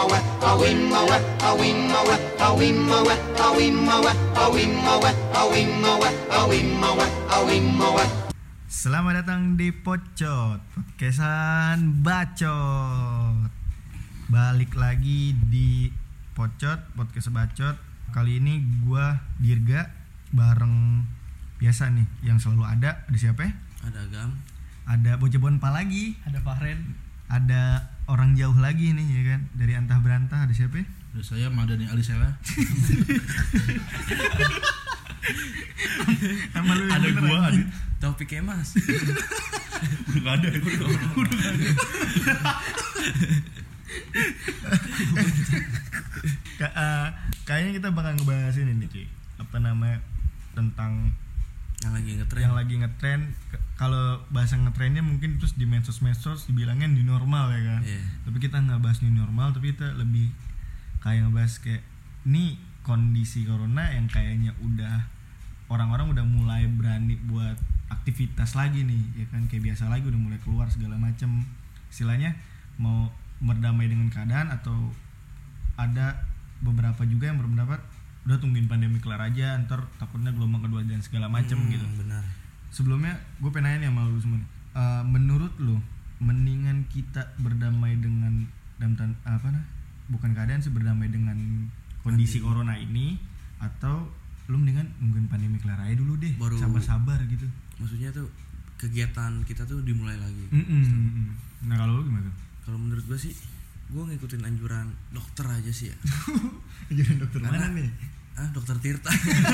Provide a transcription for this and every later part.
Selamat datang di Pocot, podcastan bacot. Balik lagi di Pocot, podcast bacot. Kali ini gua Dirga bareng biasa nih yang selalu ada siapa ya? Ada Agam, ada Bocah Bonpa lagi, ada Fahren, ada orang jauh lagi nih ya kan, dari antah berantah. Ada siapa ya? Ada saya Madani Alisela. Ada gua Adit. Taufik Kemas. Udah ada. Kayaknya kita bakal ngebahas ini nih, Ci. Apa namanya? Tentang yang lagi ngetren. Kalau bahasa ngetrennya mungkin terus di medsos dibilangnya new normal ya kan. Yeah. Tapi kita nggak bahas new normal, tapi kita lebih kayak ngebahas kayak ini kondisi corona yang kayaknya udah orang-orang udah mulai berani buat aktivitas lagi nih, ya kan, kayak biasa lagi, udah mulai keluar segala macem. Istilahnya mau berdamai dengan keadaan, atau ada beberapa juga yang berpendapat udah tungguin pandemi kelar aja, ntar takutnya gelombang kedua dan segala macem gitu. Benar. Sebelumnya gue pengen nanya nih sama lu semua nih. Menurut lu mendingan kita berdamai dengan bukan keadaan sih, berdamai dengan kondisi corona ini, atau lu mendingan nungguin pandemi kelar aja dulu deh, baru sabar-sabar gitu? Maksudnya tuh kegiatan kita tuh dimulai lagi. Nah kalau lu gimana? Kalau menurut gue sih, gue ngikutin anjuran dokter aja sih ya. Anjuran dokter mana nih? Dokter Tirta.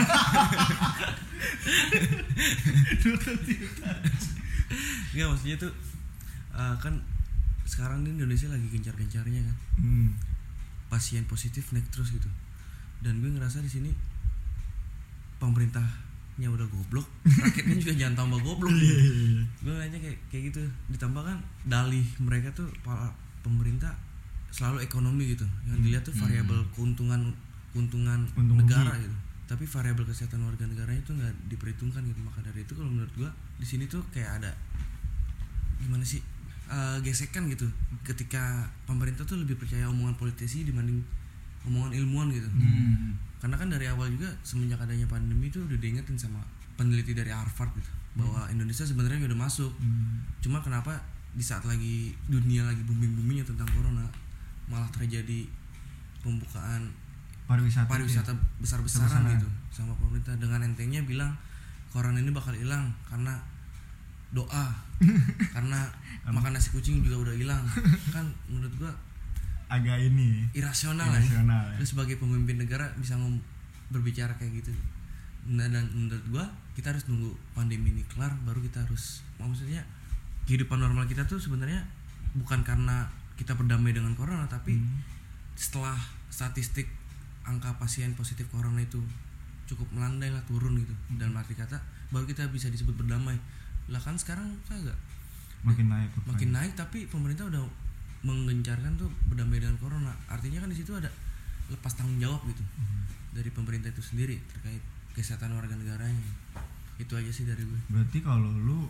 Dokter Tirta. Nggak, maksudnya tuh kan sekarang di Indonesia lagi gencar-gencarnya kan. Pasien positif naik terus gitu. Dan gue ngerasa di sini pemerintahnya udah goblok, rakyatnya juga jangan tambah goblok. Gue nanya kayak gitu. Ditambah kan dalih mereka tuh, para pemerintah selalu ekonomi gitu. Yang dilihat tuh variabel keuntungan negara gitu. Tapi variabel kesehatan warga negaranya itu nggak diperhitungkan gitu. Maka dari itu kalau menurut gue di sini tuh kayak ada gimana sih, gesekan gitu. Ketika pemerintah tuh lebih percaya omongan politisi dibanding omongan ilmuwan gitu. Karena kan dari awal juga semenjak adanya pandemi itu udah diingetin sama peneliti dari Harvard gitu, bahwa Indonesia sebenarnya udah masuk. Cuma kenapa di saat lagi dunia lagi booming-boomingnya tentang corona, malah terjadi pembukaan pariwisata besar-besaran gitu sama pemerintah, dengan entengnya bilang corona ini bakal hilang karena doa, karena makan nasi kucing juga udah hilang. Kan menurut gua agak ini irasional ya. Terus sebagai pemimpin negara bisa berbicara kayak gitu. Nah, dan menurut gua kita harus nunggu pandemi ini kelar, baru kita harus, maksudnya kehidupan normal kita tuh sebenarnya bukan karena kita berdamai dengan corona, tapi setelah statistik angka pasien positif corona itu cukup melandai lah, turun gitu, dan arti kata baru kita bisa disebut berdamai. Lah kan sekarang kagak, makin naik, tapi pemerintah udah menggencarkan tuh berdamai dengan corona. Artinya kan di situ ada lepas tanggung jawab gitu dari pemerintah itu sendiri terkait kesehatan warga negaranya. Itu aja sih dari gue. Berarti kalau lu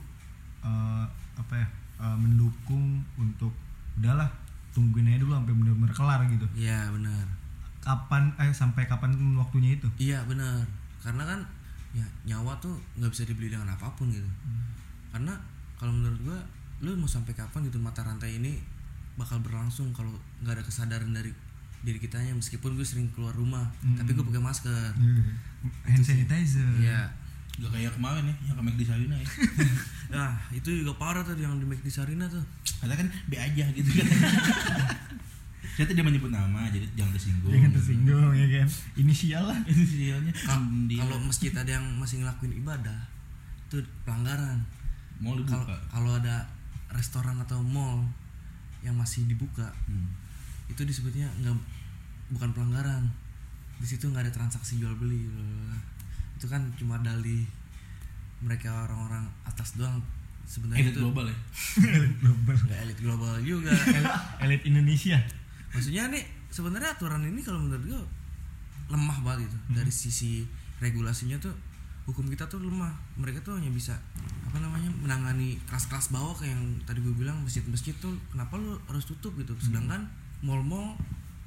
mendukung untuk udahlah tungguin aja dulu sampai benar-benar kelar gitu. Iya benar. Sampai kapan waktunya itu? Iya benar. Karena kan ya nyawa tuh nggak bisa dibeli dengan apapun gitu. Karena kalau menurut gue, lu mau sampai kapan gitu mata rantai ini bakal berlangsung kalau nggak ada kesadaran dari diri kitanya. Meskipun gue sering keluar rumah, tapi gue pakai masker, hand sanitizer. Iya. Gak kayak kemarin ya, yang ke McD Sarina ya. Nah itu juga parah tuh yang di McD Sarina tuh. Kata kan B aja gitu kan. Saya tidak menyebut nama, jadi jangan tersinggung. Jangan tersinggung ya kan. Inisial lah. Inisialnya. Kalau masjid ada yang masih ngelakuin ibadah, itu pelanggaran. Mall dibuka. Kalau ada restoran atau mall yang masih dibuka, itu disebutnya bukan pelanggaran. Di situ nggak ada transaksi jual beli. Itu kan cuma dalih mereka orang-orang atas doang. Sebenarnya elit itu global ya. Elit global. Nggak elit global juga. Elit Indonesia. Maksudnya nih sebenarnya aturan ini kalau menurut gue lemah banget gitu. Dari sisi regulasinya tuh, hukum kita tuh lemah. Mereka tuh hanya bisa menangani kelas-kelas bawah, kayak yang tadi gue bilang, masjid-masjid tuh kenapa lu harus tutup gitu. Sedangkan mall-mall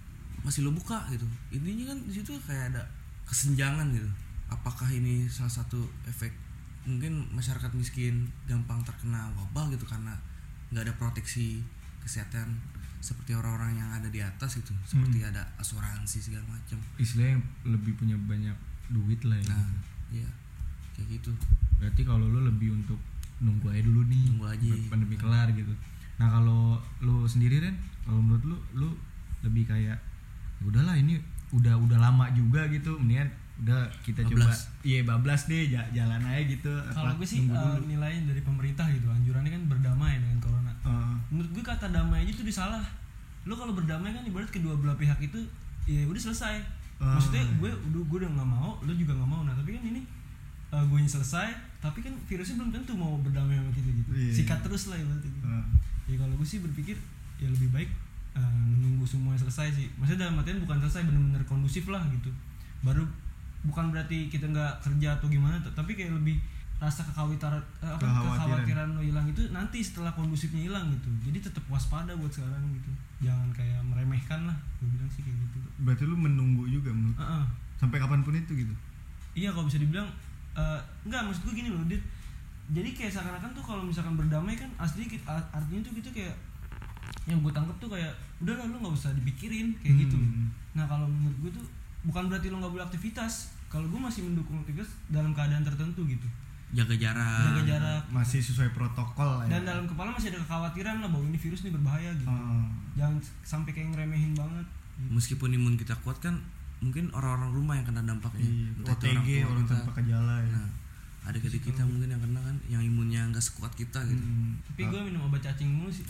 masih lo buka gitu. Intinya kan di situ kayak ada kesenjangan gitu. Apakah ini salah satu efek mungkin masyarakat miskin gampang terkena wabah gitu karena nggak ada proteksi kesehatan seperti orang-orang yang ada di atas gitu, seperti ada asuransi segala macam. Istilahnya yang lebih punya banyak duit lah ya. Nah, iya kayak gitu. Berarti kalau lu lebih untuk nunggu aja dulu nih, Nunggu aja. sampai pandemi kelar gitu. Nah kalau lu sendiri Ren, kalau menurut lu lebih kayak ya udahlah ini udah lama juga gitu, mendingan udah kita bablas. coba bablas deh jalan aja gitu. Kalau gue sih nunggu dulu. nilainya dari pemerintah gitu, anjurannya kan berdamai dengan corona. Menurut gue kata damai aja tuh disalah. Lo kalau berdamai kan ibarat kedua belah pihak itu ya udah selesai. Maksudnya gue udah nggak mau, lo juga nggak mau. Nah tapi kan ini gue yang selesai, tapi kan virusnya belum tentu mau berdamai sama kita gitu. Iya. Sikat terus lah ibaratnya gitu. Ya kalau gue sih berpikir ya lebih baik menunggu semuanya selesai sih. Maksudnya dalam artian bukan selesai, benar-benar kondusif lah gitu. Baru bukan berarti kita nggak kerja atau gimana, tapi kayak lebih rasa kekhawatiran lo hilang itu nanti setelah kondusifnya hilang gitu. Jadi tetap waspada buat sekarang gitu. Jangan kayak meremehkan lah, gue bilang sih kayak gitu. Berarti lu menunggu juga menurut sampai kapanpun itu gitu. Iya kalau bisa dibilang enggak, maksud gue gini loh Dit. Jadi kayak seakan-akan tuh kalau misalkan berdamai kan artinya tuh gitu kayak yang gue tangkap tuh kayak udah lah lu nggak usah dipikirin kayak gitu. Nah kalau menurut gue tuh bukan berarti lo nggak boleh aktivitas. Kalau gue masih mendukung aktivitas dalam keadaan tertentu gitu. Jaga jarak. Masih sesuai protokol lah ya. Dan dalam kepala masih ada kekhawatiran lah bahwa ini virus ini berbahaya gitu. Jangan sampai kayak ngeremehin banget. Gitu. Meskipun imun kita kuat kan, mungkin orang-orang rumah yang kena dampaknya. Entah itu OTG, orang kita, tanpa gejala ya. Nah, adik-adik kita mungkin yang kena kan, yang imunnya nggak sekuat kita gitu. Tapi gue minum obat cacing mulu sih.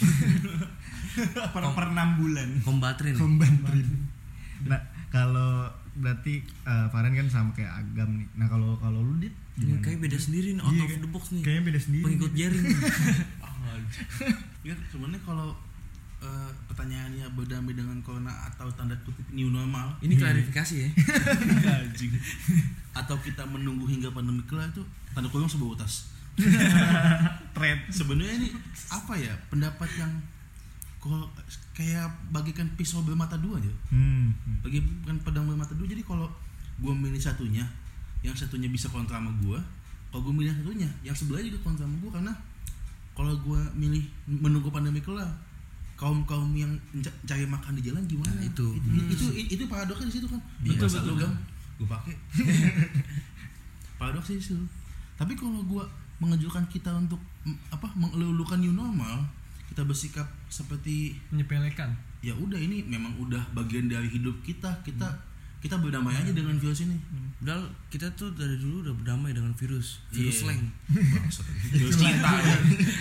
per 6 bulan. Kombatrin. Nah kalau berarti Farhan kan sama kayak Agam nih. Nah kalau lu Dit Ini kayak beda sendiri nih, out of the box nih. Kayaknya beda sendiri. Pengikut jaring. Ya sebenarnya kalau pertanyaannya berdamai dengan corona atau tanda kutip new normal, Ini klarifikasi ya. anjing. Atau kita menunggu hingga pandemi kelar itu tanda kurung sebuah utas. Thread. Sebenarnya ini apa ya, pendapat yang kayak bagikan pisau bermata dua aja. Bagikan pedang bermata dua. Jadi kalau gue milih satunya, yang satunya bisa kontra sama gue. Kalau gue milih satunya, yang sebelahnya juga kontra sama gue. Karena kalau gue milih menunggu pandemi kelar, kaum yang cari makan di jalan gimana? Nah, itu paradoksnya di situ kan. Betul. Gue pakai. Paradoks di situ. Tapi kalau gue mengajukan kita untuk mengelulukan new normal, kita bersikap seperti Menyepelekan. ya udah ini memang udah bagian dari hidup kita berdamai aja dengan virus ini. Padahal kita tuh dari dulu udah berdamai dengan virus slang. Bangsat. Virus cinta ya.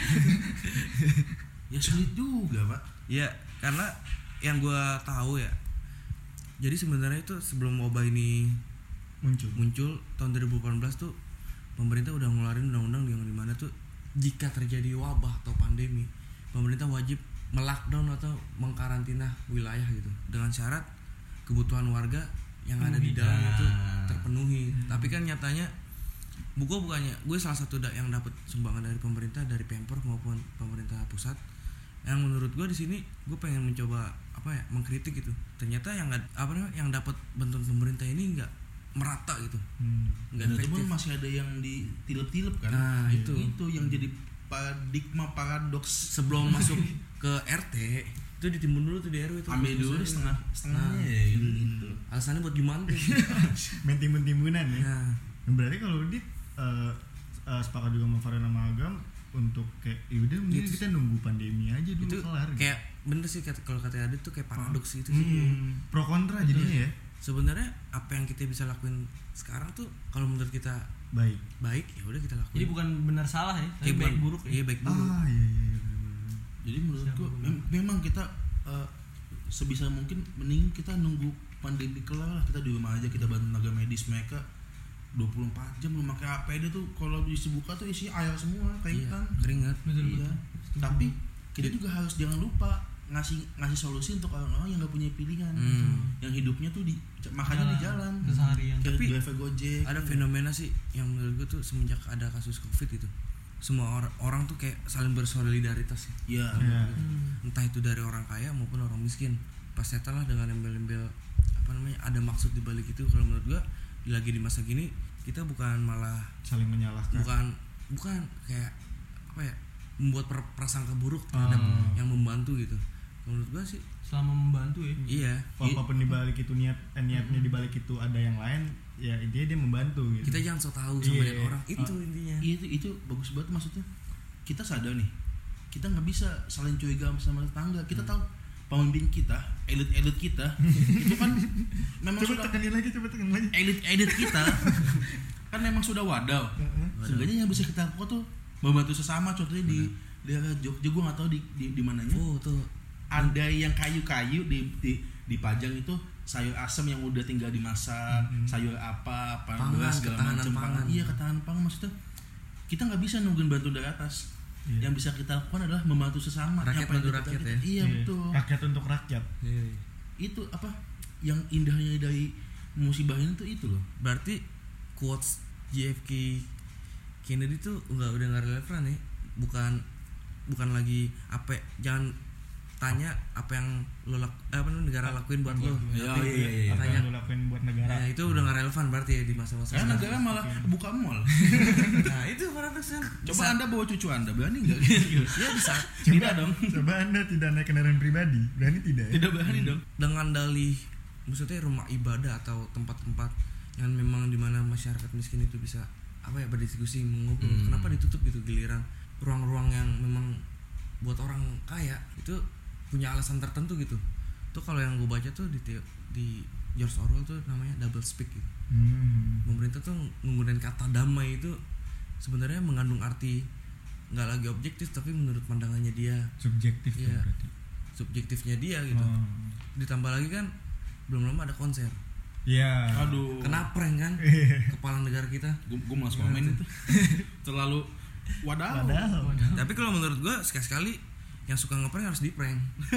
Ya sulit juga Pak. Ya karena yang gue tahu ya, jadi sebenarnya itu sebelum wabah ini muncul tahun 2018 tuh pemerintah udah ngeluarin undang-undang yang dimana tuh jika terjadi wabah atau pandemi, pemerintah wajib melockdown atau mengkarantina wilayah gitu dengan syarat kebutuhan warga yang ada di dalam itu terpenuhi. Tapi kan nyatanya gue salah satu yang dapat sumbangan dari pemerintah, dari Pemprov maupun pemerintah pusat. Yang menurut gue di sini gue pengen mencoba mengkritik gitu. Ternyata yang dapat bantuan pemerintah ini nggak merata gitu, nggak efektif. Masih ada yang ditilep-tilep kan. Nah itu yang jadi paradoks. Sebelum masuk ke RT itu ditimbun dulu tuh di RW itu. Ambil dulu setengahnya ya gitu. Alasannya buat gimana tuh? Main timbun-timbunan ya. Nah, Berarti kalau Dit sepakat juga sama Farhan sama Agam untuk kayak yaudah mending kita nunggu pandemi aja dulu itu kelar. Kayak bener sih kalau kata Adit tuh kayak paradoks gitu sih. Pro kontra jadinya ya. Sebenarnya apa yang kita bisa lakuin sekarang tuh kalau menurut kita baik ya udah kita lakuin. Jadi bukan benar salah ya, tapi baik buruk ya. Iya baik buruk. Iya. Jadi menurutku memang kita sebisa mungkin mending kita nunggu pandemi kelar lah, kita di rumah aja, kita bantu tenaga medis mereka 24 jam memakai APD tuh, kalau dibuka tuh isi air semua keringat. Betul. Tapi kita juga harus jangan lupa ngasih solusi untuk orang-orang yang nggak punya pilihan, yang hidupnya tuh makannya di jalan keseharian. Tapi driver Gojek. Ada fenomena sih yang menurut gue tuh semenjak ada kasus COVID itu, semua orang tuh kayak saling bersolidaritas. Iya. Entah itu dari orang kaya maupun orang miskin. Pas setelah dengan embel-embel ada maksud di balik itu. Kalau menurut gua lagi di masa gini kita bukan malah saling menyalahkan, bukan kayak membuat prasangka buruk terhadap yang membantu gitu. Menurut gua sih selama membantu ya. Iya. Apapun di balik itu niatnya di balik itu ada yang lain, ya intinya dia membantu gitu. Kita jangan so tahu sama lihat orang, itu intinya. Itu bagus banget maksudnya. Kita sadar nih, kita nggak bisa saling curiga sama tetangga. Kita tahu pemimpin kita, elit kita itu kan memang coba tekan lagi. Elit kita kan memang sudah wadaw. Seenggaknya yang bisa kita lakukan tuh membantu sesama. Contohnya di daerah Jogja, gue nggak tahu di mananya. Tuh ada yang kayu-kayu dipajang itu sayur asem yang udah tinggal dimasak, sayur apa beras segala macam pangan. Iya, ketahanan pangan. Maksudnya kita nggak bisa nungguin bantu dari atas. Yang bisa kita lakukan adalah membantu sesama. Rakyat bantu rakyat ya. Iya betul. Rakyat untuk rakyat. Itu apa yang indahnya dari musibah ini tuh itu loh. Berarti quotes JFK Kennedy tuh udah nggak relevan nih. Bukan lagi apa, jangan tanya apa yang negara lakuin buat lo. Iya. Apa yang lo lakuin buat negara. Nah, itu udah nggak relevan berarti ya di masa-masa sekarang. Negara malah buka mall. Nah, itu paradoksnya. Coba Anda bawa cucu Anda, berani nggak? Ya bisa. Tidak dong. Coba Anda tidak naik kendaraan pribadi, berani tidak? Tidak berani dong. Dengan dalih, maksudnya rumah ibadah atau tempat-tempat yang memang dimana masyarakat miskin itu bisa berdiskusi, mengobrol. Kenapa ditutup gitu, giliran ruang-ruang yang memang buat orang kaya itu punya alasan tertentu gitu. Tuh kalau yang gue baca tuh di George Orwell tuh namanya double speak gitu. Pemerintah tuh menggunakan kata damai itu sebenarnya mengandung arti nggak lagi objektif tapi menurut pandangannya dia. Subjektif ya, berarti. Subjektifnya dia gitu. Ditambah lagi kan belum lama ada konser. Iya. Aduh. Kena prank kan kepala negara kita. Gue malas komen itu. Terlalu wadaw. Tapi kalau menurut gue sekali-sekali yang suka ngeprank harus di-prank.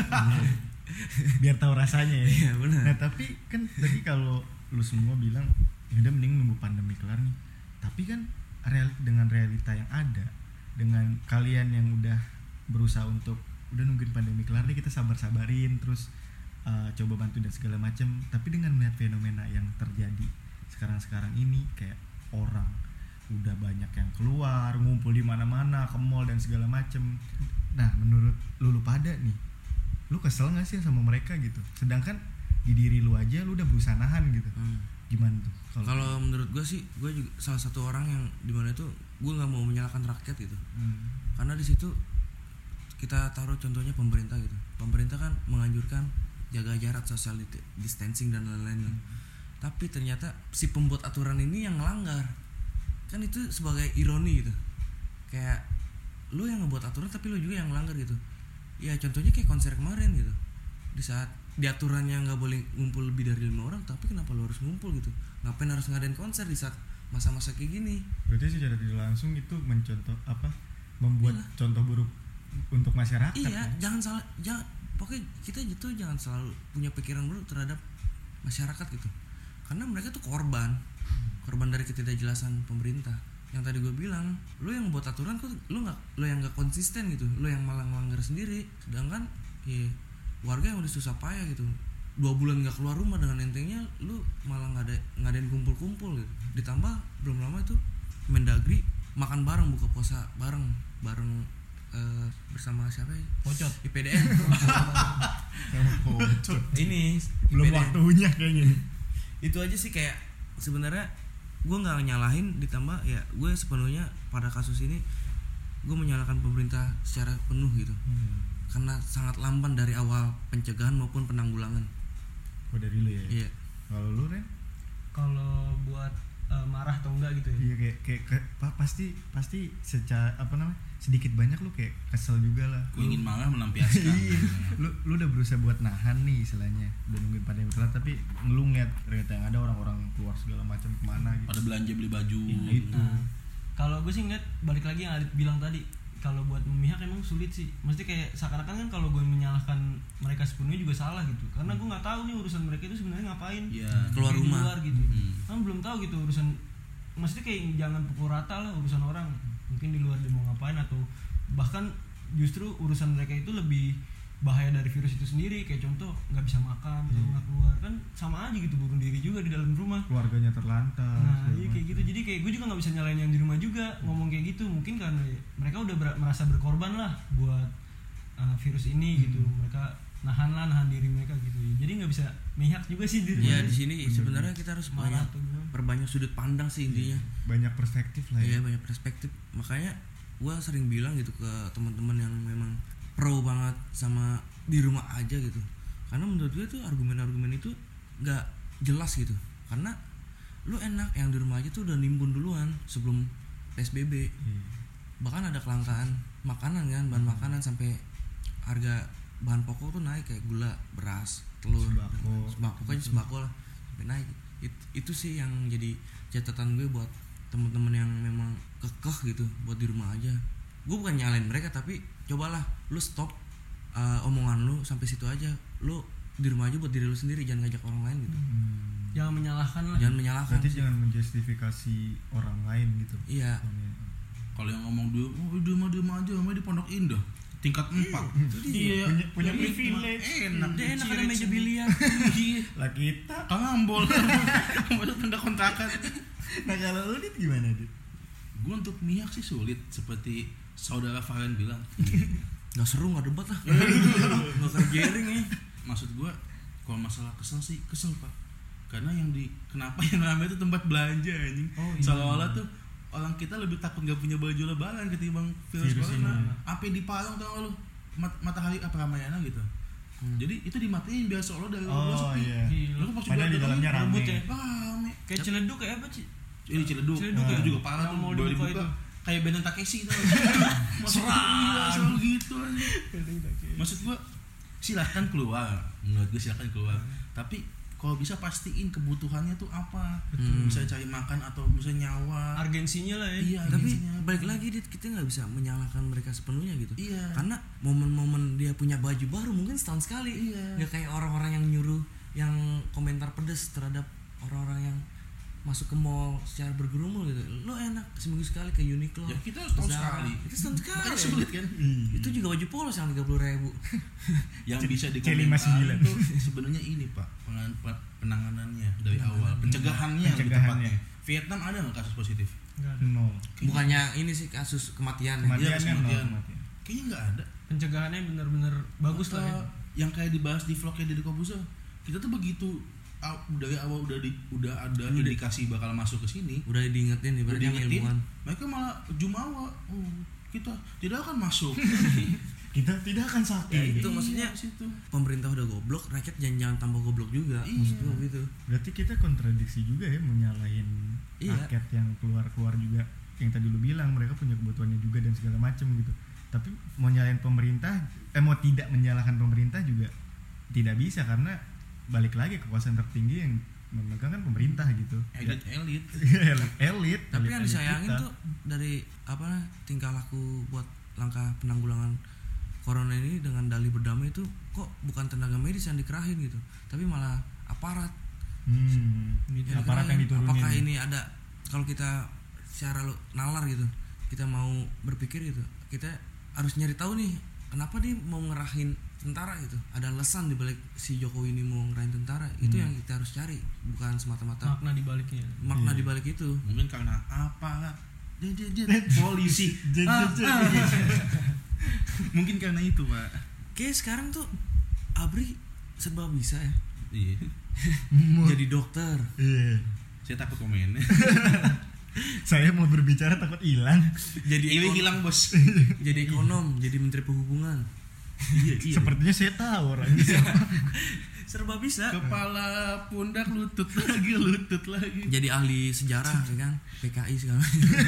Biar tahu rasanya ya. Iya benar. Nah tapi kan tadi kalau lu semua bilang ya udah mending nunggu pandemi kelar nih. Tapi kan dengan realita yang ada, dengan kalian yang udah berusaha untuk udah nungguin pandemi kelar nih, kita sabar-sabarin terus coba bantu dan segala macam. Tapi dengan melihat fenomena yang terjadi sekarang ini kayak orang udah banyak yang keluar, ngumpul di mana-mana, ke mall dan segala macem. Nah, menurut lu pada nih, lu kesel nggak sih sama mereka gitu? Sedangkan di diri lu aja lu udah berusaha nahan gitu. Gimana tuh? Kalau menurut gue sih, gue juga salah satu orang yang dimana itu gue nggak mau menyalahkan rakyat gitu. Karena di situ kita taruh contohnya pemerintah gitu. Pemerintah kan menganjurkan jaga jarak, social distancing dan lain-lain. Tapi ternyata si pembuat aturan ini yang ngelanggar. Kan itu sebagai ironi gitu, kayak lu yang ngebuat aturan tapi lu juga yang melanggar gitu. Ya contohnya kayak konser kemarin gitu, di saat di aturannya nggak boleh ngumpul lebih dari 5 orang, tapi kenapa lu harus ngumpul gitu? Ngapain harus ngadain konser di saat masa-masa kayak gini? Berarti secara tidak langsung itu membuat contoh buruk untuk masyarakat. Iya, jangan pokoknya kita gitu jangan selalu punya pikiran buruk terhadap masyarakat gitu, karena mereka tuh korban dari ketidakjelasan pemerintah. Yang tadi gue bilang, lu yang buat aturan kok lu yang nggak konsisten gitu, lu yang malah ngelanggar sendiri. Sedangkan warga yang udah susah payah gitu, 2 bulan nggak keluar rumah, dengan entengnya lu malah ngadain kumpul-kumpul gitu. Ditambah belum lama itu Mendagri makan bareng, buka puasa bareng bersama siapa ya? Pocot IPDN. Ini belum IPDN. Waktunya kayaknya. Itu aja sih kayak sebenarnya gue nggak nyalahin, ditambah ya gue sepenuhnya pada kasus ini gue menyalahkan pemerintah secara penuh gitu. Karena sangat lamban dari awal pencegahan maupun penanggulangan. Oh dari lu ya? Iya. Kalau lu Ren? Kalau buat marah atau enggak gitu ya? Iya kayak pasti secara sedikit banyak lu kayak kesel juga lah. Gue ingin marah melampiaskan. Iya. lu udah berusaha buat nahan nih istilahnya, udah nungguin pandemi kelar, tapi lu ngeliat ternyata yang ada orang-orang keluar segala macam kemana gitu. Pada belanja beli baju. Itu. Kalau gue sih ngeliat balik lagi yang Adit bilang tadi, kalau buat memihak emang sulit sih. Mesti kayak seakan-akan kan kalau gue menyalahkan mereka sepenuhnya juga salah gitu. Karena gue nggak tahu nih urusan mereka itu sebenarnya ngapain. Iya. Keluar rumah gitu. Kan belum tahu gitu urusan. Mesti kayak jangan pukul rata lah urusan orang. Mungkin di luar dia mau ngapain, atau bahkan justru urusan mereka itu lebih bahaya dari virus itu sendiri, kayak contoh nggak bisa makan atau nggak keluar, kan sama aja gitu, bunuh diri juga di dalam rumah. Keluarganya terlantar. Nah iya kayak gitu, jadi kayak gue juga nggak bisa nyalain yang di rumah juga ngomong kayak gitu, mungkin karena mereka udah merasa berkorban lah buat virus ini gitu, mereka nahan diri mereka gitu, jadi nggak bisa mihak juga sih diri. Ya di sini sebenarnya kita harus perbanyak sudut pandang sih intinya. Banyak perspektif lah ya. Iya banyak perspektif, makanya gue sering bilang gitu ke teman-teman yang memang pro banget sama di rumah aja gitu, karena menurut gue tuh argumen-argumen itu nggak jelas gitu, karena lu enak yang di rumah aja tuh udah nimbun duluan sebelum PSBB. Bahkan ada kelangkaan makanan kan, bahan makanan, sampai harga bahan pokok tuh naik kayak gula, beras, telur, sembako lah sampai naik. Itu sih yang jadi catatan gue buat teman-teman yang memang kekeh gitu buat di rumah aja. Gue bukan nyalain mereka, tapi cobalah lu stop omongan lu sampai situ aja. Lu di rumah aja buat diri lu sendiri, jangan ngajak orang lain gitu. Jangan menyalahkan lah. Jangan menyalahkan. Berarti jangan menjustifikasi orang lain gitu. Iya. Kalau yang ngomong di rumah aja, di Pondok Indah tingkat 4. Iya, punya privilege. Enak. Dia enak ada meja biliar. Lah kita. Kangambol. Kamu tenda kontrakan. Nah kalau lu Dit gimana Dit? Gue untuk mihak sih sulit, seperti saudara Farhan bilang. Nggak seru, nggak debat lah. Nggak kerjering ya. Maksud gue kalau masalah kesel sih kesel pak, karena kenapa yang ramai itu tempat belanja anjing. Seolah-olah tuh orang kita lebih takut nggak punya baju lebaran ketimbang virus corona. Apa di Palong tau lu, matahari apa Ramayana gitu. Jadi itu dimatiin biar seolah dari luar sepi. Lu padahal di dalamnya rame. Rame. Kayak Ciledug kayak apa sih? Ini Ciledug itu juga parah tuh, mau baru dibuka dibuka itu. kayak Benten Takeshi tuh. Selalu gitu aja. Maksud gua silahkan keluar, menurut gue silahkan keluar. Tapi kalau bisa pastiin kebutuhannya tuh apa. Bisa cari makan atau bisa nyawa. Argensinya lah ya. Iya, Tapi argensinya. balik lagi kita nggak bisa menyalahkan mereka sepenuhnya gitu. Iya. Karena momen-momen dia punya baju baru mungkin setahun sekali. Iya. Nggak kayak orang-orang yang nyuruh, yang komentar pedes terhadap orang-orang yang masuk ke mall secara bergerumul gitu. Lo enak seminggu sekali ke Uniqlo. Ya kita harus tahu sekali. Kita setahun sekali. Makanya sulit kan. Itu juga baju polos yang 30.000. Yang bisa C59. dikomentari itu sebenarnya ini pak, penanganannya dari awal, pencegahannya. lebih tepatnya. Vietnam ada nggak kasus positif? Nggak ada. Nol. Bukannya ini sih kasus kematian ya. Kematian kan kematian. nol. Kayaknya nggak ada. Pencegahannya benar-benar bagus lah ya. Yang kayak dibahas di vlognya Deddy Kobuzer, kita tuh begitu dari awal udah ada indikasi bakal masuk ke sini, Udah diingetin udah ibaratnya diingetin, ilmuwan. mereka malah jumawa, kita tidak akan masuk. Kita tidak akan sakit. Ya, itu maksudnya situ. pemerintah udah goblok, rakyat jangan tambah goblok juga. Iya. Maksud gua gitu. Berarti kita kontradiksi juga ya, menyalahin Iya. rakyat yang keluar juga. Yang tadi lu bilang mereka punya kebutuhannya juga dan segala macam gitu. Tapi mau nyalahin pemerintah, mau tidak menyalahkan pemerintah juga tidak bisa, karena balik lagi kekuasaan tertinggi yang memegang kan pemerintah gitu. Elit. Elit. Tapi yang elit disayangin kita. tuh dari tingkah laku buat langkah penanggulangan corona ini dengan dalih berdamai itu kok bukan tenaga medis yang dikerahin gitu, tapi malah aparat. Gitu. Aparat yang diturunin. Apakah ini ada, kalau kita secara nalar gitu, kita mau berpikir gitu, kita harus nyari tahu nih kenapa dia mau ngerahin tentara gitu, ada alasan dibalik si Jokowi ini mau ngerahin tentara. Itu yang kita harus cari, bukan semata-mata Makna dibaliknya. makna dibalik itu. Mungkin karena aparat, polisi, mungkin karena itu pak. Kayak sekarang tuh Abri serba bisa ya. Iya. Jadi dokter, Iya. Saya takut komen. Saya mau berbicara takut hilang. jadi Ini hilang bos. jadi ekonom, jadi menteri perhubungan. Iya. Sepertinya saya tahu orangnya siapa. Serba bisa. Kepala, pundak, lutut lagi. Jadi ahli sejarah ya kan, PKI segala.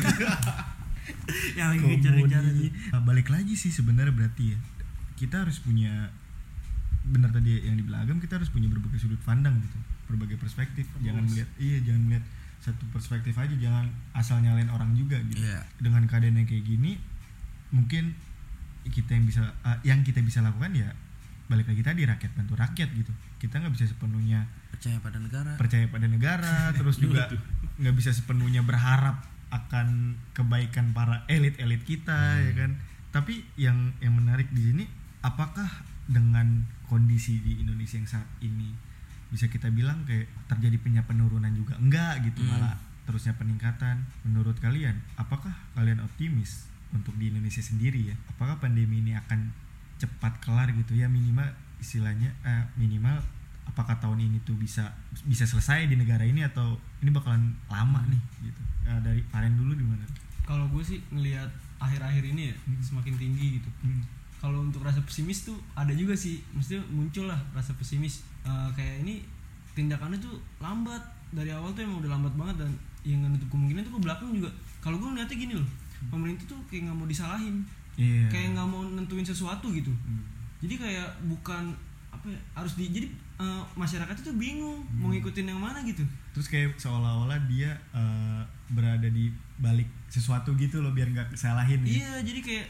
Yang lagi kejar-kejar Komodi. Nah, balik lagi sih sebenarnya berarti ya, kita harus punya, benar tadi yang dibilang Agam, kita harus punya berbagai sudut pandang gitu, berbagai perspektif. Jangan melihat satu perspektif aja, jangan asal nyalain orang juga gitu. Iya. Dengan keadaan yang kayak gini, mungkin yang kita bisa lakukan ya balik lagi tadi, rakyat bantu rakyat gitu. Kita nggak bisa sepenuhnya percaya pada negara, terus juga nggak bisa sepenuhnya berharap akan kebaikan para elit kita ya kan. Tapi yang menarik di sini, apakah dengan kondisi di Indonesia yang saat ini bisa kita bilang kayak terjadi penurunan juga enggak gitu, malah terusnya peningkatan. Menurut kalian apakah kalian optimis untuk di Indonesia sendiri ya, apakah pandemi ini akan cepat kelar gitu ya, minimal istilahnya minimal apakah tahun ini tuh bisa selesai di negara ini atau ini bakalan lama nih gitu. Dari Faren dulu gimana? Kalau gue sih ngelihat akhir-akhir ini ya semakin tinggi gitu. Kalau untuk rasa pesimis tuh ada juga sih, mesti muncul lah rasa pesimis. Kayak ini tindakannya tuh lambat, dari awal tuh emang udah lambat banget, dan yang nggak nutup kemungkinan tuh ke belakang juga. Kalau gue ngeliatnya gini loh, pemerintah tuh kayak nggak mau disalahin, kayak nggak mau nentuin sesuatu gitu. Jadi kayak bukan apa ya, jadi masyarakat itu bingung mau ngikutin yang mana gitu. Terus kayak seolah-olah dia berada di balik sesuatu gitu loh, biar nggak kesalahin. Iya, jadi kayak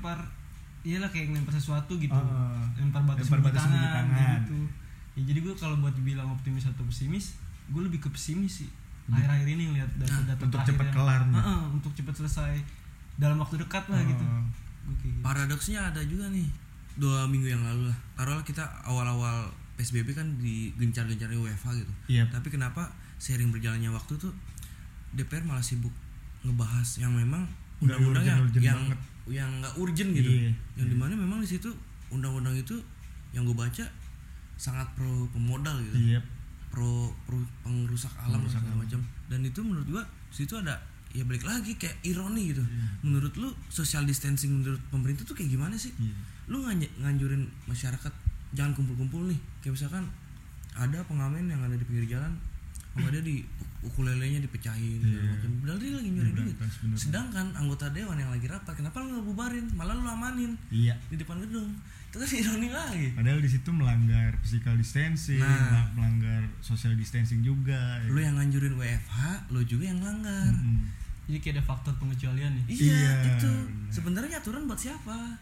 kayak ngelempar sesuatu gitu, lempar batu sembunyi tangan gitu. Ya jadi gue kalau buat dibilang optimis atau pesimis, gue lebih ke pesimis sih. Akhir-akhir ini ngeliat data-data untuk cepat kelar, untuk cepat selesai dalam waktu dekat lah gitu. Gitu. Paradoksnya ada juga nih, 2 minggu yang lalu lah, taruhlah kita awal-awal PSBB kan digencar-gencarnya WFH gitu. Tapi kenapa seiring berjalannya waktu tuh DPR malah sibuk ngebahas yang memang undang-undang yang nggak urgent gitu, yang dimana memang di situ undang-undang itu yang gue baca sangat pro pemodal gitu, pro pengrusak alam segala macam. Dan itu menurut gue situ ada ya balik lagi kayak ironi gitu. Menurut lu social distancing menurut pemerintah tuh kayak gimana sih? Lu nganjurin masyarakat jangan kumpul-kumpul nih, kayak misalkan ada pengamen yang ada di pinggir jalan, sama dia di ukulelenya dipecahin segala macam, padahal dia lagi nyuri duit. Sedangkan anggota dewan yang lagi rapat, kenapa lu nggak bubarin, malah lu amanin di depan gedung. Itu kan ironi lagi. Padahal di situ melanggar physical distancing, melanggar social distancing juga. Lu yang nganjurin WFH, lu juga yang melanggar. Jadi kayak ada faktor pengecualian nih. Iya itu. Sebenarnya aturan buat siapa?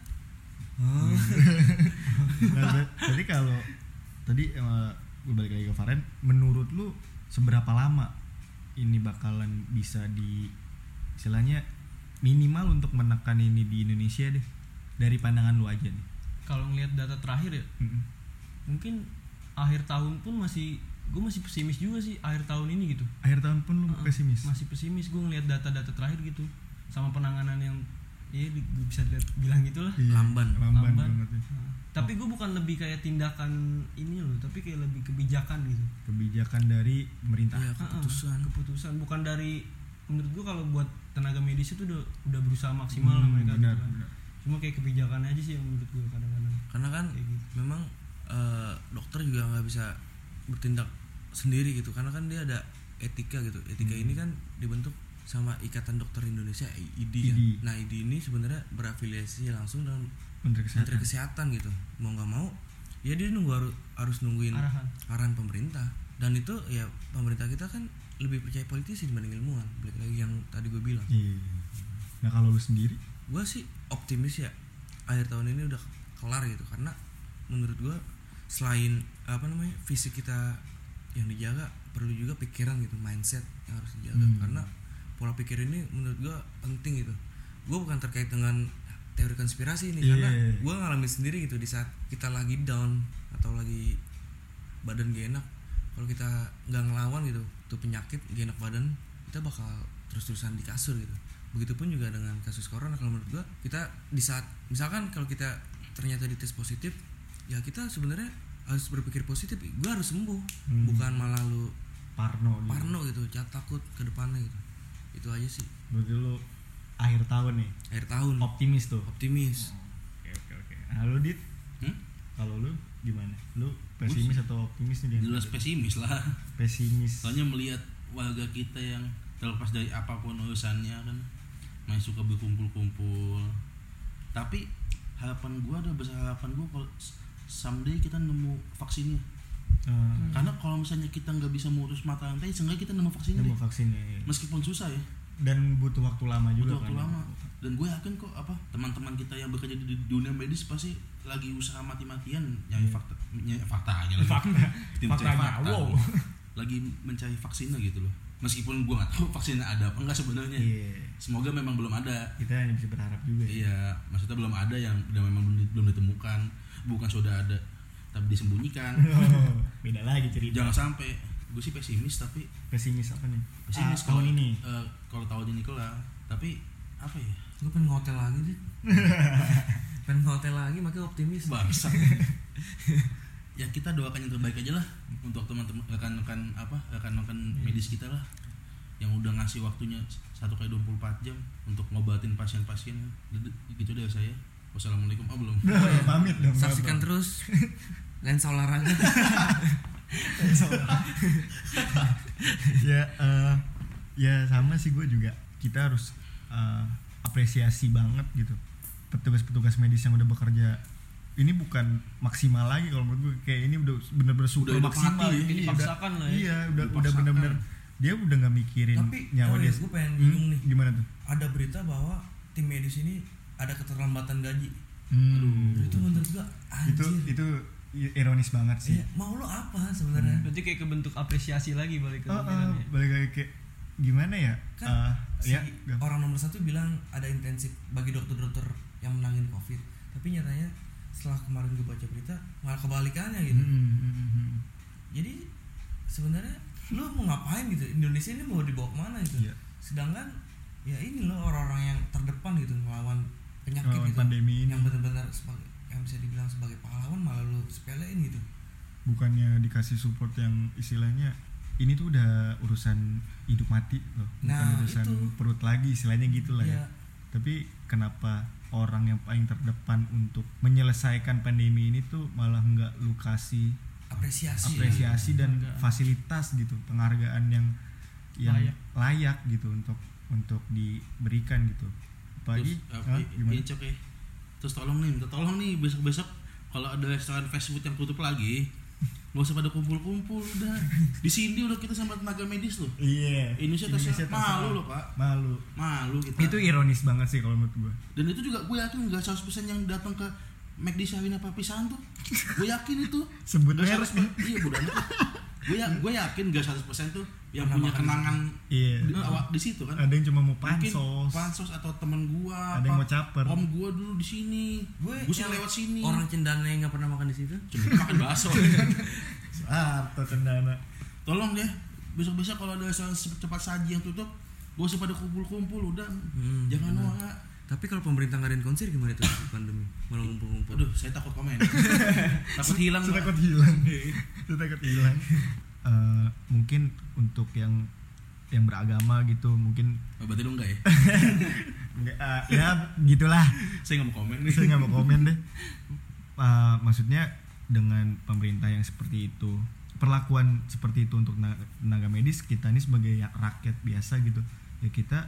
Jadi kalau tadi gue balik lagi ke Faren, menurut lu seberapa lama ini bakalan bisa di istilahnya minimal untuk menekan ini di Indonesia deh, dari pandangan lu aja nih? Kalau ngelihat data terakhir ya, mungkin akhir tahun pun gue masih pesimis juga sih akhir tahun ini gitu. Akhir tahun pun lu pesimis? Masih pesimis gue ngelihat data-data terakhir gitu, sama penanganan yang bisa bilang gitulah, lamban banget ya. Tapi gue bukan lebih kayak tindakan ini loh, tapi kayak lebih kebijakan gitu. Kebijakan dari pemerintah. Keputusan bukan dari, menurut gue kalau buat tenaga medis itu udah berusaha maksimal mereka. Benar. Cuma kayak kebijakannya aja sih yang menurut gue kadang-kadang. Karena kan gitu. Memang dokter juga nggak bisa bertindak sendiri gitu, karena kan dia ada etika gitu. Etika ini kan dibentuk sama Ikatan Dokter Indonesia, IID. Kan? Nah IID ini sebenarnya berafiliasi langsung dengan Menteri Kesehatan gitu. Mau nggak mau ya dia harus nungguin arahan pemerintah. Dan itu ya pemerintah kita kan lebih percaya politisi dibanding ilmuwan, balik lagi yang tadi gue bilang. Nah kalau lu sendiri? Gue sih optimis ya akhir tahun ini udah kelar gitu, karena menurut gue selain fisik kita yang dijaga, perlu juga pikiran gitu, mindset yang harus dijaga. Karena pola pikir ini menurut gue penting gitu. Gue bukan terkait dengan teori konspirasi ini, karena gue ngalamin sendiri gitu. Di saat kita lagi down atau lagi badan gak enak, kalau kita nggak ngelawan gitu tuh penyakit gak enak badan, kita bakal terus-terusan di kasur gitu. Begitupun juga dengan kasus corona. Kalau menurut gue, kita di saat misalkan kalau kita ternyata dites positif, ya kita sebenarnya harus berpikir positif, gue harus sembuh, bukan malah lu parno gitu, jangan takut ke depannya gitu. Itu aja sih. Berarti lu akhir tahun optimis tuh? Optimis. Oke. Nah lu Dit, kalau lu gimana? Lu pesimis atau optimis nih? Jelas pesimis lah. Pesimis. Soalnya melihat warga kita yang terlepas dari apapun urusannya kan masih suka berkumpul-kumpul. Tapi harapan gue kalau someday kita nemu vaksinnya. Karena kalau misalnya kita nggak bisa mengurus mata rantai, seenggaknya kita nemu vaksinnya. Meskipun susah ya. Dan butuh waktu lama juga. Dan gue yakin kok teman-teman kita yang bekerja di dunia medis pasti lagi usaha mati-matian nyari fakta. Lagi mencari vaksinnya gitu loh. Meskipun gue nggak tahu vaksinnya ada apa enggak sebenarnya. Semoga memang belum ada. Kita hanya bisa berharap juga. Iya, maksudnya belum ada yang udah memang belum ditemukan. bukan sudah ada tapi disembunyikan. Beda lagi cerita. Jangan sampai. Gue sih pesimis tapi Pesimis apa nih? pesimis tahun ini. Kalau tahun ini kelar, tapi apa ya? Gue pengen hotel lagi deh. Pengen hotel lagi makanya optimis. Bangsa. Ya kita doakan yang terbaik aja lah untuk teman-teman rekan-rekan medis kita lah yang udah ngasih waktunya 1x24 jam untuk ngobatin pasien-pasien. Gitu dari saya. Wassalamualaikum. Belum. Pamit dong. Saksikan terus Lensa Olahraga. Ya sama sih, gue juga. Kita harus apresiasi banget gitu petugas-petugas medis yang udah bekerja. Ini bukan maksimal lagi kalau menurut gue, kayak ini udah bener-bener super Udah maksimal. mati, ini dipaksakan lah ya. Iya, udah Dipaksakan. bener-bener dia udah nggak mikirin Tapi nyawa dia. gue pengen bingung nih. Gimana tuh? Ada berita bahwa tim medis ini ada keterlambatan gaji. Itu menurut gua anjir. Itu ironis banget sih. Iya, mau lo apa sebenarnya? Berarti kayak ke bentuk apresiasi lagi balik ke pikirannya. Balik lagi kayak gimana ya? Kan si ya, orang nomor 1 bilang ada intensif bagi dokter-dokter yang menangin COVID. Tapi nyatanya setelah kemarin gue baca berita malah kebalikannya gitu. Jadi sebenarnya lu mau ngapain gitu? Indonesia ini mau dibawa kemana gitu? Iya. Sedangkan ya ini loh orang-orang yang terdepan gitu melawan penyakit Melawan gitu. pandemi ini. Yang benar-benar sebagai yang bisa dibilang sebagai pahlawan malah lu sepelein gitu. Bukannya dikasih support yang istilahnya ini tuh udah urusan hidup mati loh, bukan Nah, urusan itu. perut lagi istilahnya gitu lah ya. Iya. Tapi kenapa orang yang paling terdepan untuk menyelesaikan pandemi ini tuh malah nggak lu kasih apresiasi dan Penghargaan. fasilitas gitu, penghargaan yang layak gitu untuk diberikan gitu. Apalagi ini cok ya. Terus minta tolong nih besok-besok kalau ada restoran fast food yang tutup lagi, nggak usah pada kumpul-kumpul udah. Di sini udah kita sama tenaga medis loh. Iya. Indonesia terserah. Malu loh Pak. Malu kita. Itu ironis banget sih kalau menurut gue. Dan itu juga gue yakin nggak 100% yang datang ke McD Syawina Papisan tuh. Gue yakin itu. Sebut Nggak merek 100%. Iya bodoh amat. Gue yakin gak 100% tuh yang punya kenangan Iya. di situ kan. Ada yang cuma mau Mungkin pansos. pansos atau temen gua, Ada yang mau caper. Om gua dulu di sini. Gua sih lewat sini. Orang Cendana yang nggak pernah makan di situ. Cuma makan bakso. Soeharto Cendana. Tolong deh, besok-besok kalau ada restoran cepat saji yang tutup, gua usah pada kumpul-kumpul udah. Jangan norak. Tapi kalau pemerintah ngadain konser gimana itu pandemi? Malah ngumpul-ngumpul. Aduh, saya takut komen. Takut hilang. Takut hilang. Takut hilang. Mungkin untuk yang beragama gitu mungkin Berarti lu enggak ya? enggak, ya gitulah. Saya nggak mau komen nih. Saya nggak mau komen deh. Maksudnya dengan pemerintah yang seperti itu, perlakuan seperti itu untuk tenaga medis, kita ini sebagai rakyat biasa gitu ya, kita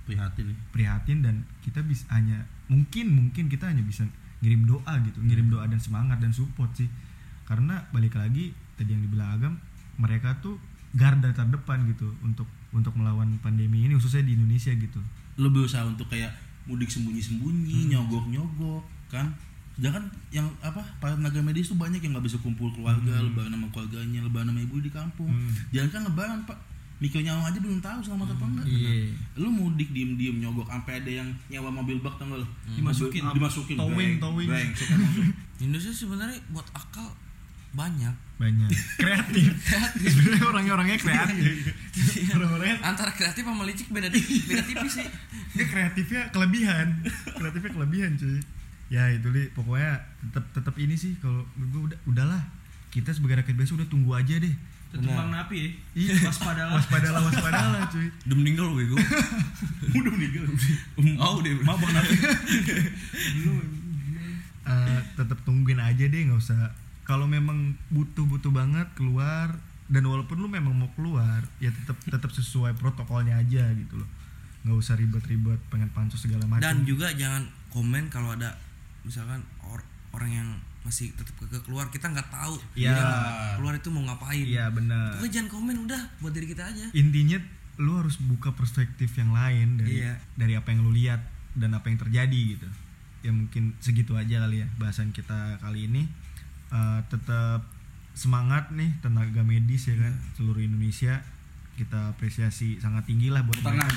prihatin dan kita bisa hanya mungkin kita hanya bisa ngirim doa gitu, ngirim doa dan semangat dan support sih. Karena balik lagi tadi yang dibilang Agam, mereka tuh garda terdepan gitu untuk melawan pandemi ini khususnya di Indonesia gitu. Lu berusaha untuk kayak mudik sembunyi-sembunyi, nyogok kan. Sedangkan yang para tenaga medis tuh banyak yang nggak bisa kumpul keluarga, lebaran sama keluarganya, lebaran sama ibu di kampung. Jangan kan lebaran Pak, mikir nyawa aja belum tahu selamat apa enggak. Lu mudik diem-diem nyogok, sampai ada yang nyewa mobil bak tau gak lo? Dimasukin towing. Indonesia sebenarnya buat akal banyak kreatif. Sebenarnya orangnya kreatif. Orang-orangnya antara kreatif sama licik beda tipis sih. dia kreatifnya kelebihan cuy. Ya itu pokoknya tetap ini sih kalau gue udahlah, kita sebagai rakyat biasa udah tunggu aja deh. Tumbang napi ya. Waspadalah cuy. Udah meninggal loh bego. Udah meninggal. Udah. Maaf Bang Nafi. Tetap tungguin aja deh, nggak usah. Kalau memang butuh banget keluar, dan walaupun lu memang mau keluar ya tetap sesuai protokolnya aja gitu loh, nggak usah ribet-ribet pengen pansus segala macam. Dan juga jangan komen kalau ada misalkan orang yang masih tetap keluar, kita nggak tahu ya, dia keluar itu mau ngapain. Iya benar. Pokoknya jangan komen, udah buat diri kita aja. Intinya lu harus buka perspektif yang lain dari apa yang lu lihat dan apa yang terjadi gitu. Ya mungkin segitu aja kali ya bahasan kita kali ini. Tetap semangat nih tenaga medis ya kan, seluruh Indonesia kita apresiasi sangat tinggi lah buat mereka.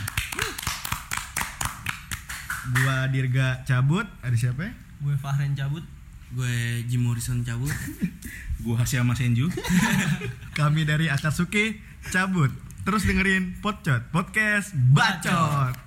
Gua Dirga cabut, ada siapa ya? Gue Fahren cabut. Gue Jim Morrison cabut. Gua Hasyama Senju. Kami dari Akatsuki cabut. Terus dengerin podcast Bacot.